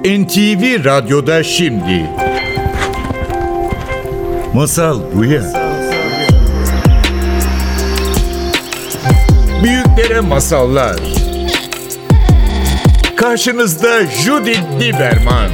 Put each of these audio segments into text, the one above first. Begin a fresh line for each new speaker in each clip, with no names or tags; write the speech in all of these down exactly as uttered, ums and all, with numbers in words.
N T V Radyo'da şimdi. Masal bu ya. Büyüklere masallar. Karşınızda Judith Lieberman.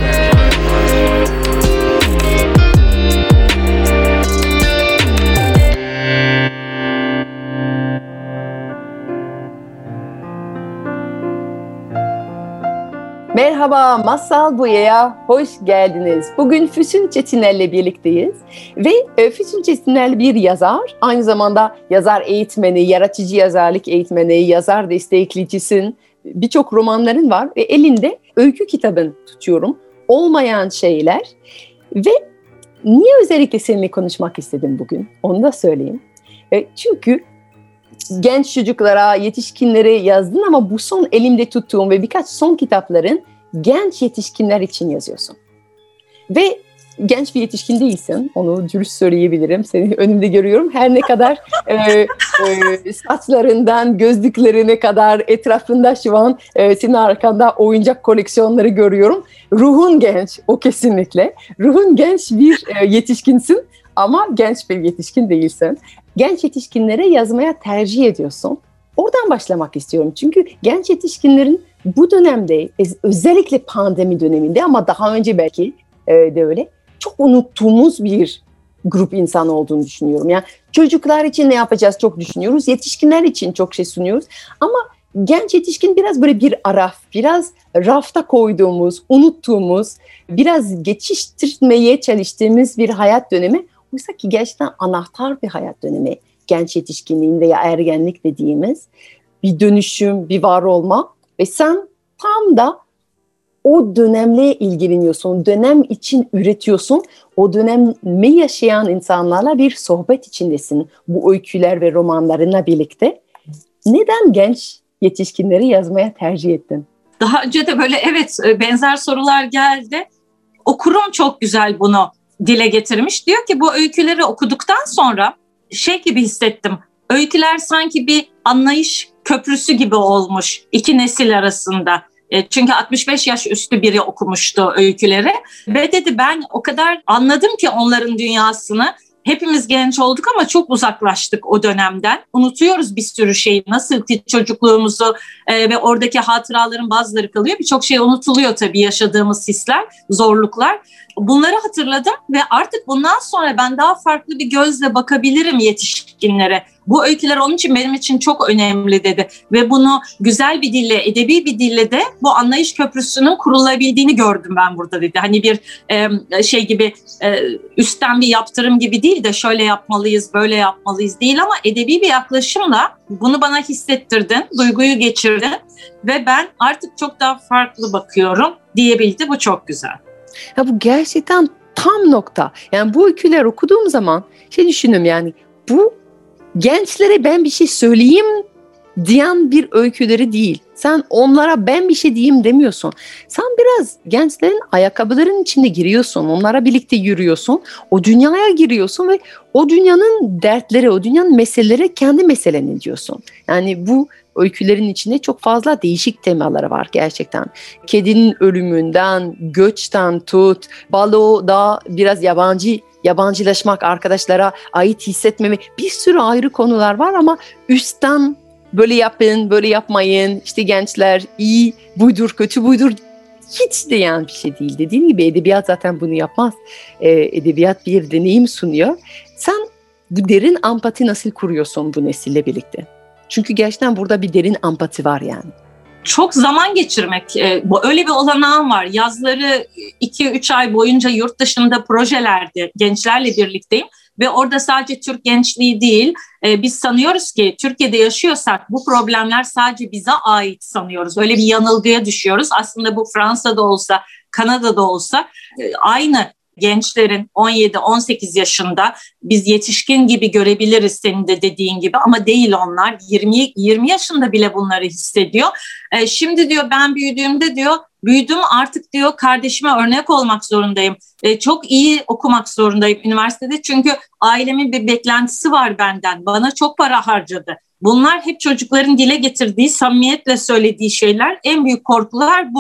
Merhaba, Masal Buya'ya hoş geldiniz. Bugün Füsun Çetiner'le birlikteyiz. Ve e, Füsun Çetiner bir yazar, aynı zamanda yazar eğitmeni, yaratıcı yazarlık eğitmeni, yazar destekleyicisin. Birçok romanların var ve elinde öykü kitabını tutuyorum. Olmayan şeyler. Ve niye özellikle seninle konuşmak istedim bugün? Onu da söyleyeyim. E, çünkü genç çocuklara, yetişkinlere yazdın ama bu son elimde tuttuğum ve birkaç son kitapların genç yetişkinler için yazıyorsun. Ve genç bir yetişkin değilsin, onu dürüst söyleyebilirim. Seni önümde görüyorum. Her ne kadar e, e, saçlarından gözlüklerine kadar etrafında şu an e, senin arkanda oyuncak koleksiyonları görüyorum. Ruhun genç, o kesinlikle. Ruhun genç bir e, yetişkinsin ama genç bir yetişkin değilsin. Genç yetişkinlere yazmaya tercih ediyorsun. Oradan başlamak istiyorum. Çünkü genç yetişkinlerin bu dönemde, özellikle pandemi döneminde ama daha önce belki de öyle, çok unuttuğumuz bir grup insan olduğunu düşünüyorum. Yani çocuklar için ne yapacağız çok düşünüyoruz. Yetişkinler için çok şey sunuyoruz. Ama genç yetişkin biraz böyle bir araf, biraz rafta koyduğumuz, unuttuğumuz, biraz geçiştirmeye çalıştığımız bir hayat dönemi. Oysa ki gerçekten anahtar bir hayat dönemi. Genç yetişkinliğin veya ergenlik dediğimiz bir dönüşüm, bir var olma ve sen tam da o dönemle ilgileniyorsun, dönem için üretiyorsun, o dönemi yaşayan insanlarla bir sohbet içindesin bu öyküler ve romanlarınla birlikte. Neden genç yetişkinleri yazmaya tercih ettin?
Daha önce de böyle evet benzer sorular geldi. Okurum çok güzel bunu dile getirmiş. Diyor ki bu öyküleri okuduktan sonra şey gibi hissettim. Öyküler sanki bir anlayış köprüsü gibi olmuş iki nesil arasında. E, çünkü altmış beş yaş üstü biri okumuştu öyküleri. Ve dedi ben o kadar anladım ki onların dünyasını. Hepimiz genç olduk ama çok uzaklaştık o dönemden. Unutuyoruz bir sürü şeyi. Nasıl ki çocukluğumuzu e, ve oradaki hatıraların bazıları kalıyor. Birçok şey unutuluyor tabii, yaşadığımız hisler, zorluklar. Bunları hatırladım ve artık bundan sonra ben daha farklı bir gözle bakabilirim yetişkinlere. Bu öyküler onun için benim için çok önemli dedi. Ve bunu güzel bir dille, edebi bir dille de bu anlayış köprüsünün kurulabildiğini gördüm ben burada dedi. Hani bir e, şey gibi e, üstten bir yaptırım gibi değil de şöyle yapmalıyız, böyle yapmalıyız değil ama edebi bir yaklaşımla bunu bana hissettirdin, duyguyu geçirdin ve ben artık çok daha farklı bakıyorum diyebildi. Bu çok güzel.
Ya bu gerçekten tam nokta. Yani bu öyküler okuduğum zaman şey düşündüm, yani bu gençlere ben bir şey söyleyeyim diyen bir öyküleri değil. Sen onlara ben bir şey diyeyim demiyorsun. Sen biraz gençlerin ayakkabılarının içinde giriyorsun. Onlara birlikte yürüyorsun. O dünyaya giriyorsun ve o dünyanın dertleri, o dünyanın meseleleri kendi meseleni diyorsun. Yani bu öykülerin içinde çok fazla değişik temaları var gerçekten. Kedinin ölümünden, göçten tut, baloda biraz yabancı, yabancılaşmak, arkadaşlara ait hissetmeme, bir sürü ayrı konular var ama üstten böyle yapın, böyle yapmayın, işte gençler iyi buydur, kötü buydur, hiç diyen bir şey değil. Dediğim gibi edebiyat zaten bunu yapmaz. Ee, edebiyat bir deneyim sunuyor. Sen bu derin empati nasıl kuruyorsun bu nesille birlikte? Çünkü gerçekten burada bir derin empati var yani.
Çok zaman geçirmek, e, bu öyle bir olanağım var. Yazları iki üç ay boyunca yurt dışında projelerde gençlerle birlikteyim. Ve orada sadece Türk gençliği değil, e, biz sanıyoruz ki Türkiye'de yaşıyorsak bu problemler sadece bize ait sanıyoruz. Öyle bir yanılgıya düşüyoruz. Aslında bu Fransa'da olsa, Kanada'da olsa e, aynı gençlerin on yedi on sekiz yaşında biz yetişkin gibi görebiliriz senin de dediğin gibi ama değil onlar. yirmi yirmi yaşında bile bunları hissediyor. E, şimdi diyor ben büyüdüğümde diyor büyüdüm artık diyor kardeşime örnek olmak zorundayım. E, çok iyi okumak zorundayım üniversitede çünkü ailemin bir beklentisi var benden. Bana çok para harcadı. Bunlar hep çocukların dile getirdiği, samimiyetle söylediği şeyler. En büyük korkular bu.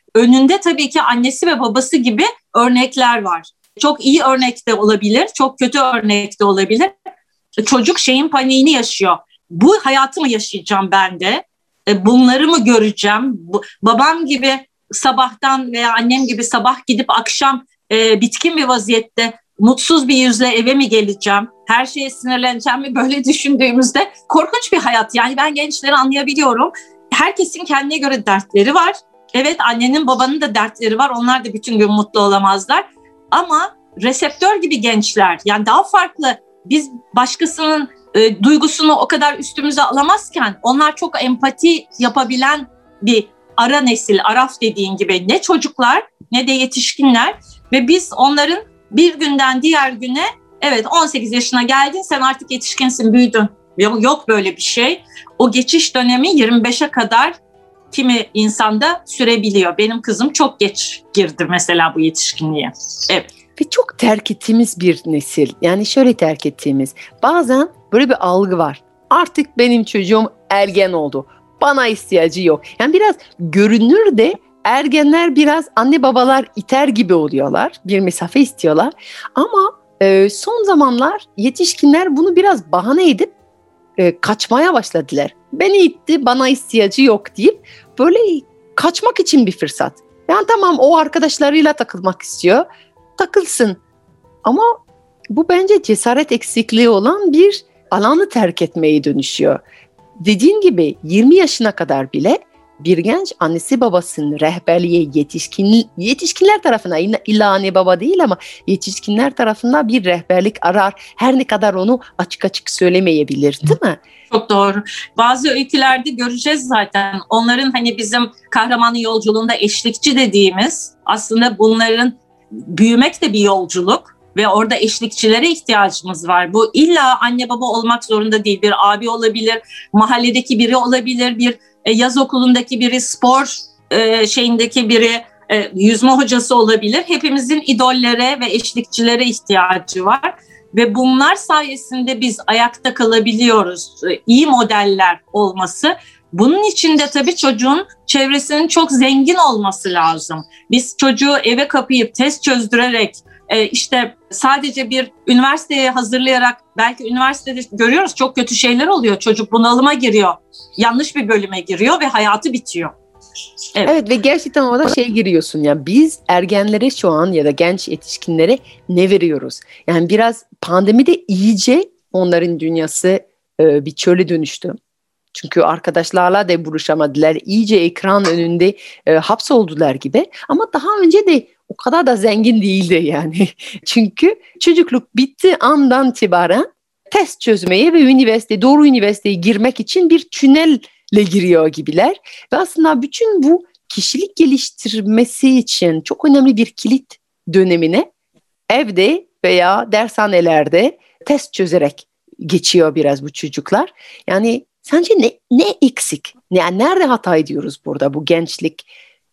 önünde tabii ki annesi ve babası gibi örnekler var. Çok iyi örnek de olabilir, çok kötü örnek de olabilir. Çocuk şeyin paniğini yaşıyor. Bu hayatı mı yaşayacağım ben de? Bunları mı göreceğim? Babam gibi sabahtan veya annem gibi sabah gidip akşam e, bitkin bir vaziyette mutsuz bir yüzle eve mi geleceğim? Her şeye sinirleneceğim mi? Böyle düşündüğümüzde korkunç bir hayat. Yani ben gençleri anlayabiliyorum. Herkesin kendine göre dertleri var. Evet, annenin babanın da dertleri var. Onlar da bütün gün mutlu olamazlar. Ama reseptör gibi gençler, yani daha farklı, biz başkasının e, duygusunu o kadar üstümüze alamazken onlar çok empati yapabilen bir ara nesil, araf dediğin gibi, ne çocuklar ne de yetişkinler ve biz onların bir günden diğer güne, evet on sekiz yaşına geldin sen artık yetişkinsin, büyüdün. Yok böyle bir şey. O geçiş dönemi yirmi beşe kadar kimi insanda sürebiliyor. Benim kızım çok geç girdi mesela bu yetişkinliğe. Evet.
Ve çok terk ettiğimiz bir nesil. Yani şöyle terk ettiğimiz. Bazen böyle bir algı var. Artık benim çocuğum ergen oldu. Bana ihtiyacı yok. Yani biraz görünür de ergenler biraz anne babalar iter gibi oluyorlar. Bir mesafe istiyorlar. Ama e, son zamanlar yetişkinler bunu biraz bahane edip e, kaçmaya başladılar. Beni itti, bana ihtiyacı yok deyip böyle kaçmak için bir fırsat. Yani tamam, o arkadaşlarıyla takılmak istiyor. Takılsın. Ama bu bence cesaret eksikliği olan bir alanı terk etmeye dönüşüyor. Dediğin gibi yirmi yaşına kadar bile bir genç annesi babasının rehberliği yetişkin, yetişkinler tarafına, illa anne baba değil ama yetişkinler tarafından bir rehberlik arar. Her ne kadar onu açık açık söylemeyebilir, değil mi?
Çok doğru. Bazı öykülerde göreceğiz zaten. Onların hani bizim kahramanın yolculuğunda eşlikçi dediğimiz, aslında bunların büyümek de bir yolculuk ve orada eşlikçilere ihtiyacımız var. Bu illa anne baba olmak zorunda değil. Bir abi olabilir, mahalledeki biri olabilir, bir yaz okulundaki biri, spor şeyindeki biri, yüzme hocası olabilir. Hepimizin idollere ve eşlikçilere ihtiyacı var. Ve bunlar sayesinde biz ayakta kalabiliyoruz. İyi modeller olması. Bunun için de tabii çocuğun çevresinin çok zengin olması lazım. Biz çocuğu eve kapayıp test çözdürerek, işte sadece bir üniversiteye hazırlayarak, belki üniversitede görüyoruz çok kötü şeyler oluyor. Çocuk bunalıma giriyor, yanlış bir bölüme giriyor ve hayatı bitiyor.
Evet. Evet ve gerçekten orada şey giriyorsun ya, biz ergenlere şu an ya da genç yetişkinlere ne veriyoruz? Yani biraz pandemide iyice onların dünyası e, bir çöle dönüştü. Çünkü arkadaşlarla da buluşamadılar. İyice ekran önünde e, hapsoldular gibi. Ama daha önce de o kadar da zengin değildi yani. Çünkü çocukluk bitti andan itibaren test çözmeye ve üniversite, doğru üniversiteye girmek için bir tünelle giriyor gibiler. Ve aslında bütün bu kişilik geliştirmesi için çok önemli bir kilit dönemine evde veya dershanelerde test çözerek geçiyor biraz bu çocuklar. Yani sence ne, ne eksik? Yani nerede hata ediyoruz burada bu gençlik?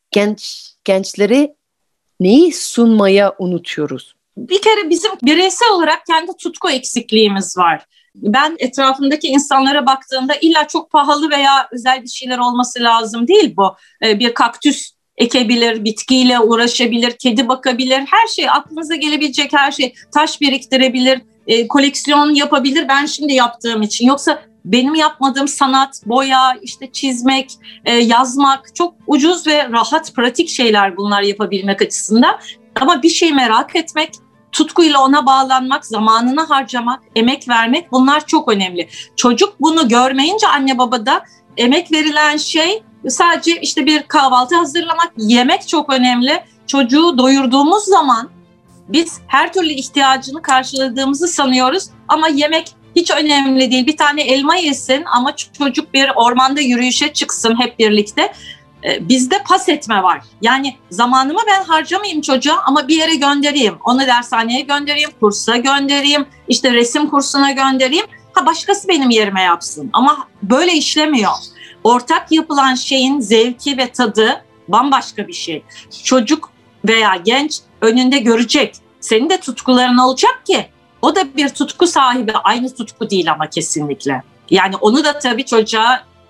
Genç gençlere neyi sunmaya unutuyoruz?
Bir kere bizim bireysel olarak kendi tutku eksikliğimiz var. Ben etrafımdaki insanlara baktığımda illa çok pahalı veya özel bir şeyler olması lazım değil bu. Bir kaktüs ekebilir, bitkiyle uğraşabilir, kedi bakabilir, her şey, aklınıza gelebilecek her şey, taş biriktirebilir, koleksiyon yapabilir ben şimdi yaptığım için. Yoksa benim yapmadığım sanat, boya, işte çizmek, yazmak çok ucuz ve rahat, pratik şeyler bunlar yapabilmek açısından. Ama bir şey merak etmek, tutkuyla ona bağlanmak, zamanını harcamak, emek vermek, bunlar çok önemli. Çocuk bunu görmeyince anne babada emek verilen şey sadece işte bir kahvaltı hazırlamak, yemek çok önemli. Çocuğu doyurduğumuz zaman biz her türlü ihtiyacını karşıladığımızı sanıyoruz ama yemek hiç önemli değil. Bir tane elma yesin ama çocuk bir ormanda yürüyüşe çıksın hep birlikte. Bizde pas etme var. Yani zamanımı ben harcamayayım çocuğa ama bir yere göndereyim. Onu dershaneye göndereyim, kursa göndereyim, işte resim kursuna göndereyim. Ha başkası benim yerime yapsın. Ama böyle işlemiyor. Ortak yapılan şeyin zevki ve tadı bambaşka bir şey. Çocuk veya genç önünde görecek. Senin de tutkuların olacak ki o da bir tutku sahibi. Aynı tutku değil ama kesinlikle. Yani onu da tabii çocuğa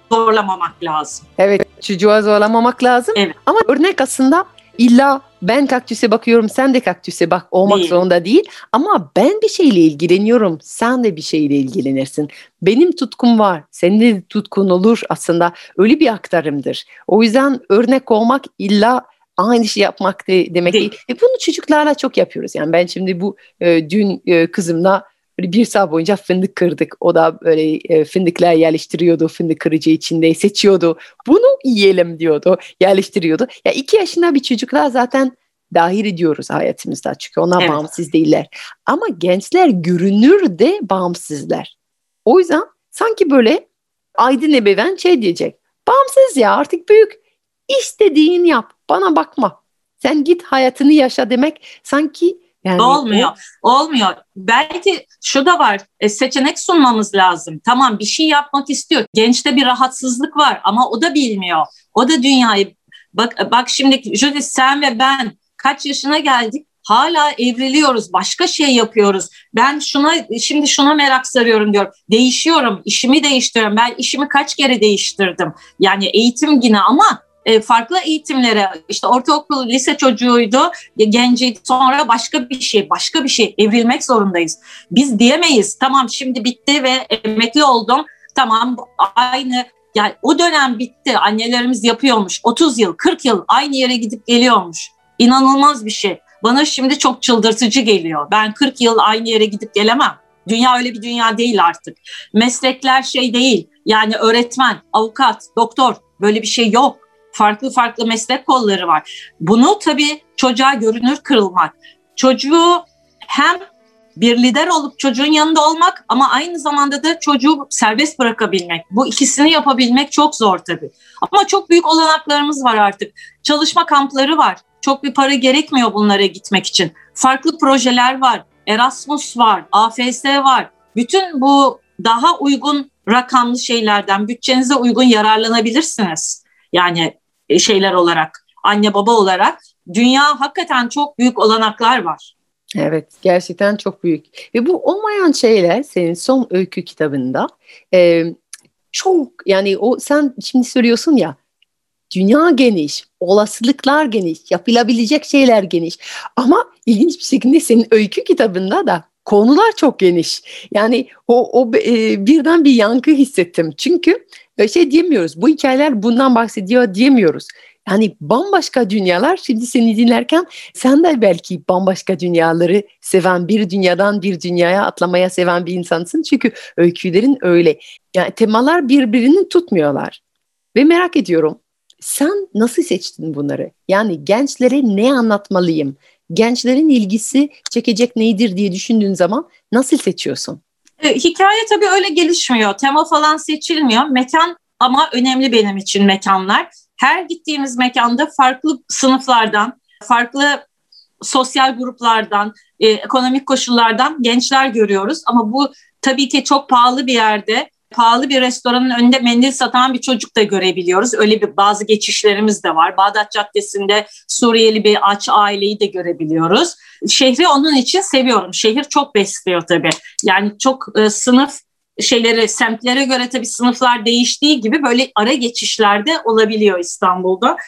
zorlamamak lazım.
Evet, çocuğa zorlamamak lazım.
Evet.
Ama örnek aslında illa ben kaktüse bakıyorum, sen de kaktüse bak olmak
Değil.
zorunda değil. Ama ben bir şeyle ilgileniyorum, sen de bir şeyle ilgilenirsin. Benim tutkum var, senin de tutkun olur aslında. Öyle bir aktarımdır. O yüzden örnek olmak illa aynı şey yapmak de, demek değil.
Değil.
E bunu çocuklarla çok yapıyoruz. Yani ben şimdi bu e, dün e, kızımla böyle bir saat boyunca fındık kırdık. O da böyle e, fındıklar yerleştiriyordu. Fındık kırıcı içinde seçiyordu. Bunu yiyelim diyordu. Yerleştiriyordu. Ya iki yaşında bir çocuklar zaten dahil ediyoruz hayatımızda. Çünkü onlar
Evet.
bağımsız değiller. Ama gençler görünür de bağımsızlar. O yüzden sanki böyle aydın ebeveyn şey diyecek. Bağımsız ya, artık büyük. İstediğini yap. Bana bakma. Sen git hayatını yaşa demek sanki yani
Olmuyor. Olmuyor. Belki şu da var. E, seçenek sunmamız lazım. Tamam, bir şey yapmak istiyor. Gençte bir rahatsızlık var ama o da bilmiyor. O da dünyayı bak bak şimdi Judith, sen ve ben kaç yaşına geldik? Hala evriliyoruz. Başka şey yapıyoruz. Ben şuna şimdi şuna merak sarıyorum diyorum. Değişiyorum. İşimi değiştiriyorum. Ben işimi kaç kere değiştirdim. Yani eğitim yine ama E, farklı eğitimlere, işte ortaokul, lise çocuğuydu, genciydi, sonra başka bir şey, başka bir şey, evrilmek zorundayız. Biz diyemeyiz, tamam şimdi bitti ve emekli oldum, tamam aynı, yani o dönem bitti, annelerimiz yapıyormuş, otuz yıl, kırk yıl aynı yere gidip geliyormuş. İnanılmaz bir şey. Bana şimdi çok çıldırtıcı geliyor. Ben kırk yıl aynı yere gidip gelemem. Dünya öyle bir dünya değil artık. Meslekler şey değil, yani öğretmen, avukat, doktor, böyle bir şey yok. Farklı farklı meslek kolları var. Bunu tabii çocuğa görünür kılmak. Çocuğu hem bir lider olup çocuğun yanında olmak ama aynı zamanda da çocuğu serbest bırakabilmek. Bu ikisini yapabilmek çok zor tabii. Ama çok büyük olanaklarımız var artık. Çalışma kampları var. Çok bir para gerekmiyor bunlara gitmek için. Farklı projeler var. Erasmus var, A F S var. Bütün bu daha uygun rakamlı şeylerden bütçenize uygun yararlanabilirsiniz. Yani şeyler olarak, anne baba olarak dünya hakikaten çok büyük olanaklar var.
Evet, gerçekten çok büyük. Ve bu olmayan şeyler senin son öykü kitabında e, çok, yani o sen şimdi söylüyorsun ya, dünya geniş, olasılıklar geniş, yapılabilecek şeyler geniş. Ama ilginç bir şekilde senin öykü kitabında da konular çok geniş. Yani o, o e, birden bir yankı hissettim. Çünkü şey diyemiyoruz, bu hikayeler bundan bahsediyor diyemiyoruz. Yani bambaşka dünyalar. Şimdi seni dinlerken sen de belki bambaşka dünyaları seven, bir dünyadan bir dünyaya atlamaya seven bir insansın. Çünkü öykülerin öyle. Yani temalar birbirini tutmuyorlar. Ve merak ediyorum, sen nasıl seçtin bunları? Yani gençlere ne anlatmalıyım? Gençlerin ilgisi çekecek nedir diye düşündüğün zaman nasıl seçiyorsun?
E, hikaye tabii öyle gelişmiyor. Tema falan seçilmiyor. Mekan ama önemli benim için mekanlar. Her gittiğimiz mekanda farklı sınıflardan, farklı sosyal gruplardan, e, ekonomik koşullardan gençler görüyoruz. Ama bu tabii ki çok pahalı bir yerde, pahalı bir restoranın önünde mendil satan bir çocuk da görebiliyoruz. Öyle bir bazı geçişlerimiz de var. Bağdat Caddesi'nde Suriyeli bir aç aileyi de görebiliyoruz. Şehri onun için seviyorum. Şehir çok besliyor tabii. Yani çok e, sınıf şeyleri, semtlere göre tabii sınıflar değiştiği gibi böyle ara geçişlerde olabiliyor İstanbul'da.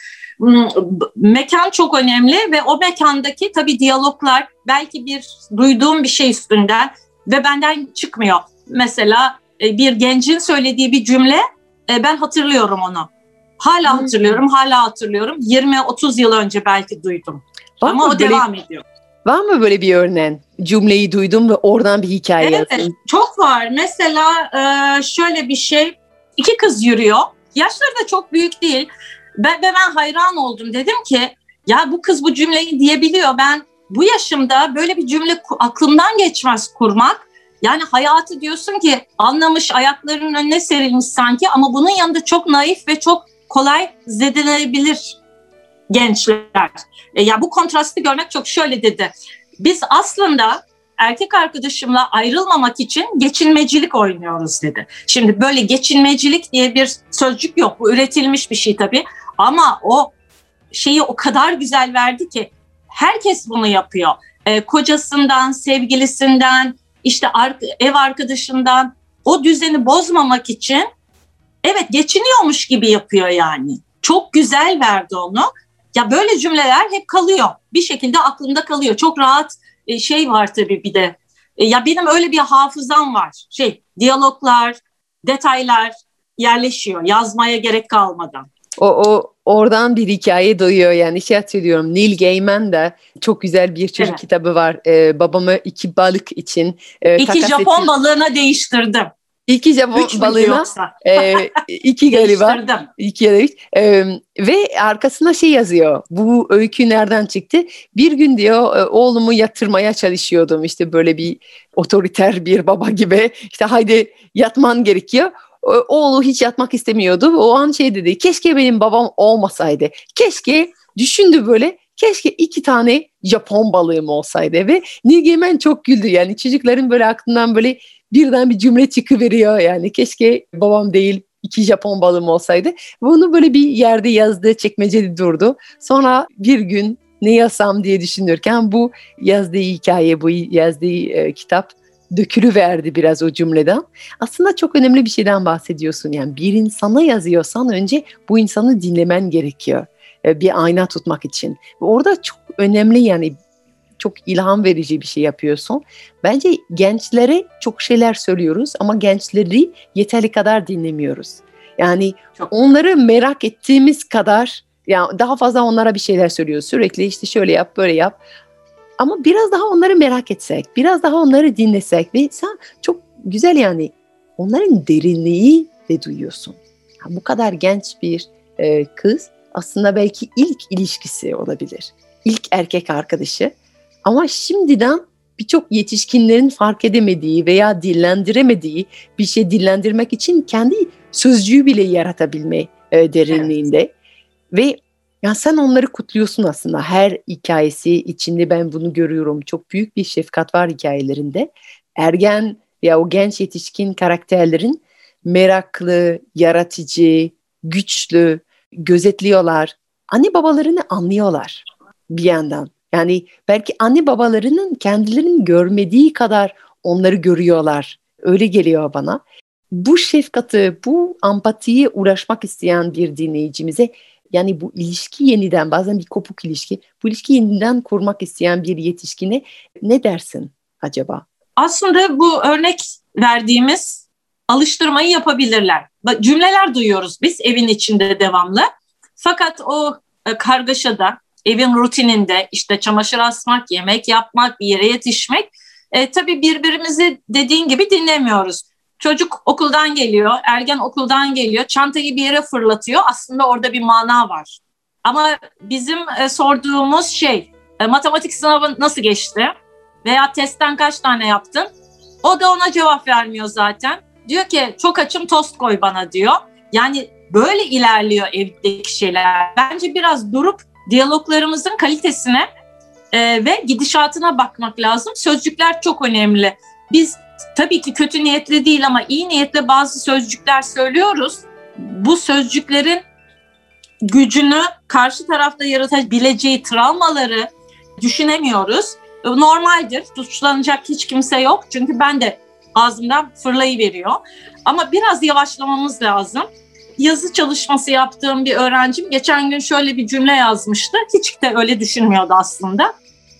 Mekan çok önemli ve o mekandaki tabii diyaloglar belki bir duyduğum bir şey üstünden ve benden çıkmıyor. Mesela bir gencin söylediği bir cümle, ben hatırlıyorum onu. Hala hmm. hatırlıyorum, hala hatırlıyorum. yirmi otuz yıl önce belki duydum. Var ama o böyle, devam ediyor.
Var mı böyle bir örneğin? Cümleyi duydum ve oradan bir hikaye
evet,
yazdım.
Çok var. Mesela şöyle bir şey. İki kız yürüyor. Yaşları da çok büyük değil. Ben, ben hayran oldum. Dedim ki ya bu kız bu cümleyi diyebiliyor. Ben bu yaşımda böyle bir cümle aklımdan geçmez kurmak. Yani hayatı diyorsun ki anlamış, ayaklarının önüne serilmiş sanki ama bunun yanında çok naif ve çok kolay zedelenebilir gençler. E, ya bu kontrastı görmek çok şöyle dedi. Biz aslında erkek arkadaşımla ayrılmamak için geçinmecilik oynuyoruz dedi. Şimdi böyle geçinmecilik diye bir sözcük yok. Bu üretilmiş bir şey tabii. Ama o şeyi o kadar güzel verdi ki herkes bunu yapıyor. E, kocasından, sevgilisinden, işte ev arkadaşından o düzeni bozmamak için Evet, geçiniyormuş gibi yapıyor yani. Çok güzel verdi onu. Ya böyle cümleler hep kalıyor. Bir şekilde aklımda kalıyor. Çok rahat e, şey var tabii bir de. E, ya benim öyle bir hafızam var. Şey, diyaloglar, detaylar yerleşiyor. Yazmaya gerek kalmadan.
O, o oradan bir hikaye doğuyor yani şey hatırlıyorum. Neil Gaiman da çok güzel bir çocuk
Evet.
kitabı var. Ee, babamı iki balık için e,
İki
takas
Japon
ettim.
balığına değiştirdim.
İki Japon
Üç müydü
balığına
yoksa?
e, iki galiba.
Değiştirdim.
İki ya da üç. E, ve arkasına şey yazıyor. Bu öykü nereden çıktı? Bir gün diyor e, oğlumu yatırmaya çalışıyordum. İşte böyle bir otoriter bir baba gibi. İşte haydi yatman gerekiyor. O, oğlu hiç yatmak istemiyordu. O an şey dedi. Keşke benim babam olmasaydı. Keşke düşündü böyle. Keşke iki tane Japon balığım olsaydı. Ve Neil Gaiman çok güldü. Yani çocukların böyle aklından böyle birden bir cümle çıkıveriyor yani. Keşke babam değil iki Japon balığım olsaydı. Bunu böyle bir yerde yazdı, çekmecede durdu. Sonra bir gün ne yazsam diye düşünürken bu yazdığı hikaye, bu yazdığı e, kitap dökülüverdi biraz o cümleden. Aslında çok önemli bir şeyden bahsediyorsun. Yani bir insana yazıyorsan önce bu insanı dinlemen gerekiyor. E, bir ayna tutmak için. Ve orada çok önemli yani çok ilham verici bir şey yapıyorsun. Bence gençlere çok şeyler söylüyoruz ama gençleri yeterli kadar dinlemiyoruz. Yani çok. Onları merak ettiğimiz kadar yani daha fazla onlara bir şeyler söylüyoruz. Sürekli işte şöyle yap, böyle yap. Ama biraz daha onları merak etsek, biraz daha onları dinlesek ve sen çok güzel yani onların derinliği de duyuyorsun. Ya bu kadar genç bir e, kız aslında belki ilk ilişkisi olabilir. İlk erkek arkadaşı. Ama şimdiden birçok yetişkinlerin fark edemediği veya dillendiremediği bir şey dillendirmek için kendi sözcüğü bile yaratabilme e, derinliğinde. Evet. Ve ya sen onları kutluyorsun aslında. Her hikayesi içinde ben bunu görüyorum. Çok büyük bir şefkat var hikayelerinde. Ergen ya o genç yetişkin karakterlerin meraklı, yaratıcı, güçlü, gözetliyorlar. Anne babalarını anlıyorlar bir yandan. Yani belki anne babalarının kendilerinin görmediği kadar onları görüyorlar. Öyle geliyor bana. Bu şefkati, bu empatiye uğraşmak isteyen bir dinleyicimize yani bu ilişki yeniden bazen bir kopuk ilişki, bu ilişki yeniden kurmak isteyen bir yetişkine ne dersin acaba?
Aslında bu örnek verdiğimiz alıştırmayı yapabilirler. Cümleler duyuyoruz biz evin içinde devamlı. Fakat o kargaşada, evin rutininde işte çamaşır asmak, yemek yapmak, bir yere yetişmek e, tabii birbirimizi dediğin gibi dinlemiyoruz. Çocuk okuldan geliyor, ergen okuldan geliyor, çantayı bir yere fırlatıyor. Aslında orada bir mana var. Ama bizim e, sorduğumuz şey, e, matematik sınavı nasıl geçti? Veya testten kaç tane yaptın? O da ona cevap vermiyor zaten. Diyor ki çok açım tost koy bana diyor. Yani böyle ilerliyor evdeki şeyler. Bence biraz durup diyaloglarımızın kalitesine e, ve gidişatına bakmak lazım. Sözcükler çok önemli. Biz tabii ki kötü niyetli değil ama iyi niyetle bazı sözcükler söylüyoruz. Bu sözcüklerin gücünü karşı tarafta yaratabileceği travmaları düşünemiyoruz. Normaldir, suçlanacak hiç kimse yok. Çünkü ben de ağzımdan fırlayıveriyor. Ama biraz yavaşlamamız lazım. Yazı çalışması yaptığım bir öğrencim geçen gün şöyle bir cümle yazmıştı. Hiç de öyle düşünmüyordu aslında.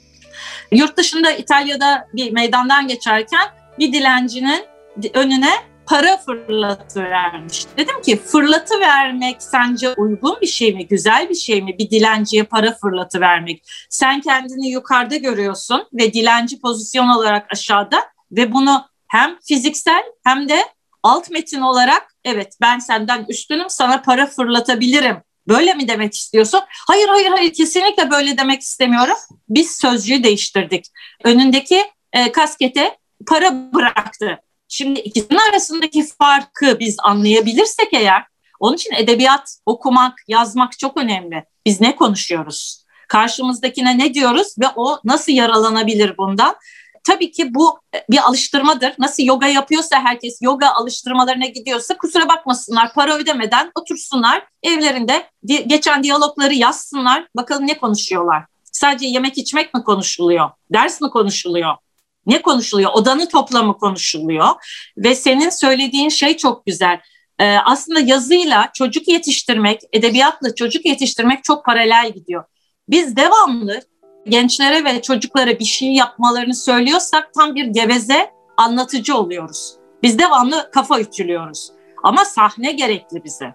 Yurt dışında İtalya'da bir meydandan geçerken bir dilencinin önüne para fırlatıvermiş. Dedim ki fırlatıvermek sence uygun bir şey mi, güzel bir şey mi? Bir dilenciye para fırlatıvermek. Sen kendini yukarıda görüyorsun ve dilenci pozisyon olarak aşağıda ve bunu hem fiziksel hem de alt metin olarak evet ben senden üstünüm sana para fırlatabilirim. Böyle mi demek istiyorsun? Hayır hayır hayır kesinlikle böyle demek istemiyorum. Biz sözcüğü değiştirdik. Önündeki e, kaskete para bıraktı. Şimdi ikisinin arasındaki farkı biz anlayabilirsek eğer, onun için edebiyat, okumak, yazmak çok önemli. Biz ne konuşuyoruz? Karşımızdakine ne diyoruz ve o nasıl yaralanabilir bundan? Tabii ki bu bir alıştırmadır. Nasıl yoga yapıyorsa herkes yoga alıştırmalarına gidiyorsa kusura bakmasınlar. Para ödemeden otursunlar evlerinde di- geçen diyalogları yazsınlar. Bakalım ne konuşuyorlar? Sadece yemek içmek mi konuşuluyor? Ders mi konuşuluyor? Ne konuşuluyor? Odanı topla mı konuşuluyor? Ve senin söylediğin şey çok güzel. Ee, aslında yazıyla çocuk yetiştirmek, edebiyatla çocuk yetiştirmek çok paralel gidiyor. Biz devamlı gençlere ve çocuklara bir şey yapmalarını söylüyorsak tam bir geveze anlatıcı oluyoruz. Biz devamlı kafa ütülüyoruz. Ama sahne gerekli bize.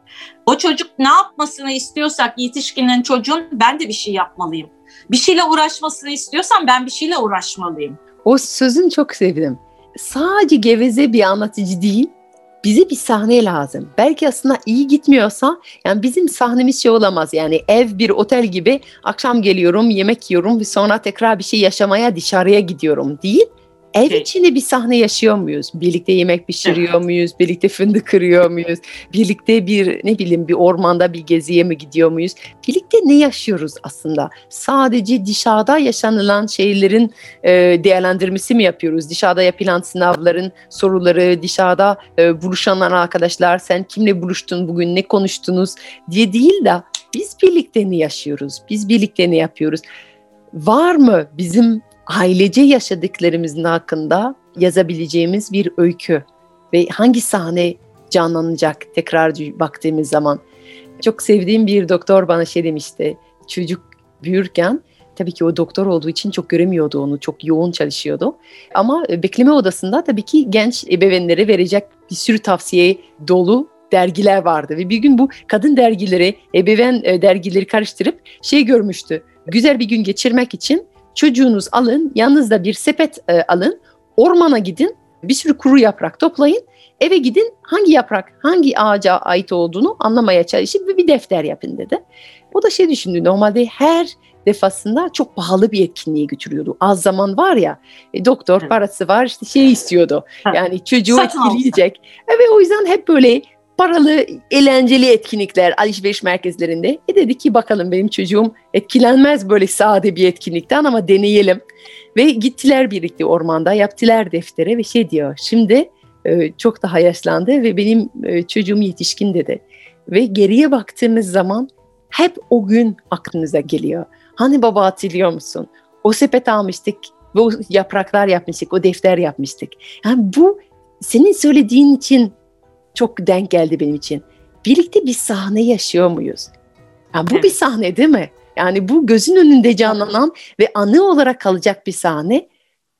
O çocuk ne yapmasını istiyorsak yetişkinin, çocuğun, ben de bir şey yapmalıyım. Bir şeyle uğraşmasını istiyorsam ben bir şeyle uğraşmalıyım.
O sözünü çok sevdim. Sadece geveze bir anlatıcı değil, bize bir sahne lazım. Belki aslında iyi gitmiyorsa, yani bizim sahnemiz şey olamaz. Yani ev bir otel gibi, akşam geliyorum, yemek yiyorum ve sonra tekrar bir şey yaşamaya dışarıya gidiyorum değil. Ev
Okay.
içinde bir sahne yaşıyor muyuz? Birlikte yemek pişiriyor
Evet.
muyuz? Birlikte fındık kırıyor muyuz? Birlikte bir ne bileyim bir ormanda bir geziye mi gidiyor muyuz? Birlikte ne yaşıyoruz aslında? Sadece dışarıda yaşanılan şeylerin e, değerlendirmesi mi yapıyoruz? Dışarıda yapılan sınavların soruları, dışarıda e, buluşan arkadaşlar, sen kimle buluştun bugün, ne konuştunuz diye değil de biz birlikte ne yaşıyoruz? Biz birlikte ne yapıyoruz? Var mı bizim ailece yaşadıklarımızın hakkında yazabileceğimiz bir öykü ve hangi sahne canlanacak tekrar baktığımız zaman? Çok sevdiğim bir doktor bana şey demişti, çocuk büyürken tabii ki o doktor olduğu için çok göremiyordu onu, çok yoğun çalışıyordu. Ama bekleme odasında tabii ki genç ebeveynlere verecek bir sürü tavsiye dolu dergiler vardı. Ve bir gün bu kadın dergileri, ebeveyn dergileri karıştırıp şey görmüştü, güzel bir gün geçirmek için çocuğunuz alın, yanınızda bir sepet e, alın, ormana gidin, bir sürü kuru yaprak toplayın, eve gidin, hangi yaprak, hangi ağaca ait olduğunu anlamaya çalışın ve bir defter yapın dedi. O da şey düşündü, normalde her defasında çok pahalı bir etkinliğe götürüyordu. Az zaman var ya, e, doktor
Evet.
parası var, işte şey istiyordu, yani çocuğu
Satın
etkileyecek. E, ve o yüzden hep böyle paralı, eğlenceli etkinlikler alışveriş merkezlerinde. E dedi ki bakalım benim çocuğum etkilenmez böyle sade bir etkinlikten ama deneyelim. Ve gittiler birlikte ormanda, yaptılar deftere ve şey diyor, şimdi e, çok daha yaşlandı ve benim e, çocuğum yetişkin dedi. Ve geriye baktığımız zaman hep o gün aklınıza geliyor. Hani baba hatırlıyor musun? O sepet almıştık ve o yapraklar yapmıştık, o defter yapmıştık. Yani bu senin söylediğin için çok denk geldi benim için. Birlikte bir sahne yaşıyor muyuz? Yani bu
Evet.
bir sahne değil mi? Yani bu gözün önünde canlanan ve anı olarak kalacak bir sahne.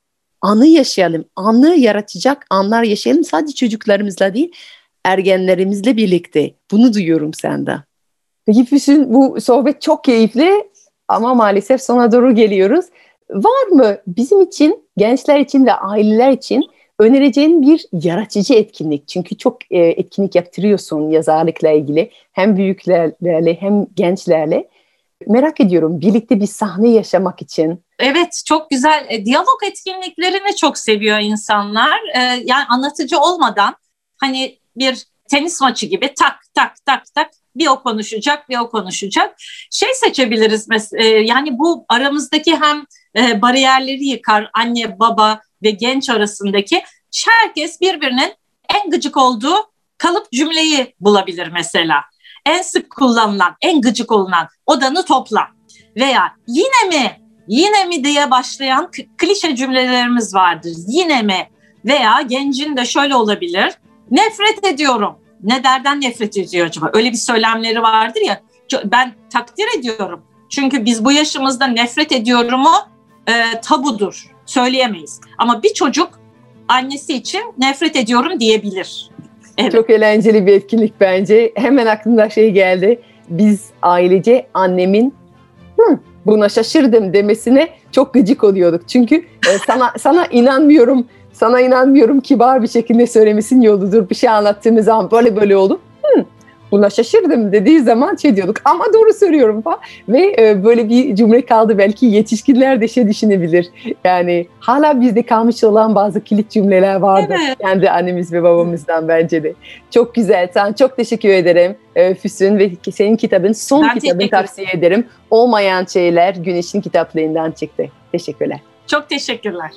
Anı yaşayalım, anı yaratacak anlar yaşayalım. Sadece çocuklarımızla değil, ergenlerimizle birlikte. Bunu duyuyorum senden. Peki Füsun, bu sohbet çok keyifli ama maalesef sona doğru geliyoruz. Var mı bizim için, gençler için ve aileler için önereceğin bir yaratıcı etkinlik? Çünkü çok e, etkinlik yaptırıyorsun yazarlıkla ilgili. Hem büyüklerle hem gençlerle. Merak ediyorum, birlikte bir sahne yaşamak için.
Evet, çok güzel. E, diyalog etkinliklerini çok seviyor insanlar. E, yani anlatıcı olmadan hani bir tenis maçı gibi tak tak tak tak bir o konuşacak bir o konuşacak. Şey seçebiliriz mesela, e, yani bu aramızdaki hem e, bariyerleri yıkar, anne baba ve genç arasındaki, herkes birbirinin en gıcık olduğu kalıp cümleyi bulabilir mesela. En sık kullanılan, en gıcık olunan odanı topla veya yine mi, yine mi diye başlayan klişe cümlelerimiz vardır. Yine mi veya gencin de şöyle olabilir. Nefret ediyorum. Ne derden nefret ediyor acaba? Öyle bir söylemleri vardır ya. Ben takdir ediyorum. Çünkü biz bu yaşımızda nefret ediyorumu e, tabudur. Söyleyemeyiz. Ama bir çocuk annesi için nefret ediyorum diyebilir. Evet.
Çok eğlenceli bir etkinlik bence. Hemen aklımda şey geldi. Biz ailece annemin Hı, buna şaşırdım demesine çok gıcık oluyorduk. Çünkü e, sana sana inanmıyorum, sana inanmıyorum kibar bir şekilde söylemesin yoludur. Bir şey anlattığımız zaman böyle böyle oldu. Hı, buna şaşırdım dediği zaman şey diyorduk ama doğru söylüyorum falan. Ve e, böyle bir cümle kaldı, belki yetişkinler de şey düşünebilir. Yani hala bizde kalmış olan bazı kilit cümleler vardı.
Evet.
Kendi annemiz ve babamızdan bence de. Çok güzel. Sana çok teşekkür ederim e, Füsun ve senin kitabın, son
Ben
kitabını
teşekkür
tavsiye ederim. Olmayan Şeyler Güneş'in kitaplığından çıktı. Teşekkürler.
Çok teşekkürler.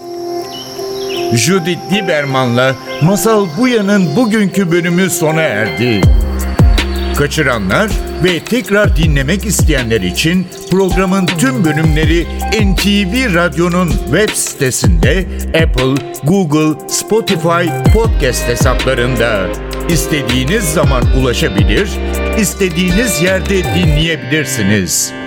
Judith Lieberman'la Masal Buya'nın bugünkü bölümü sona erdi. Kaçıranlar ve tekrar dinlemek isteyenler için programın tüm bölümleri N T V Radyo'nun web sitesinde, Apple, Google, Spotify podcast hesaplarında. İstediğiniz zaman ulaşabilir, istediğiniz yerde dinleyebilirsiniz.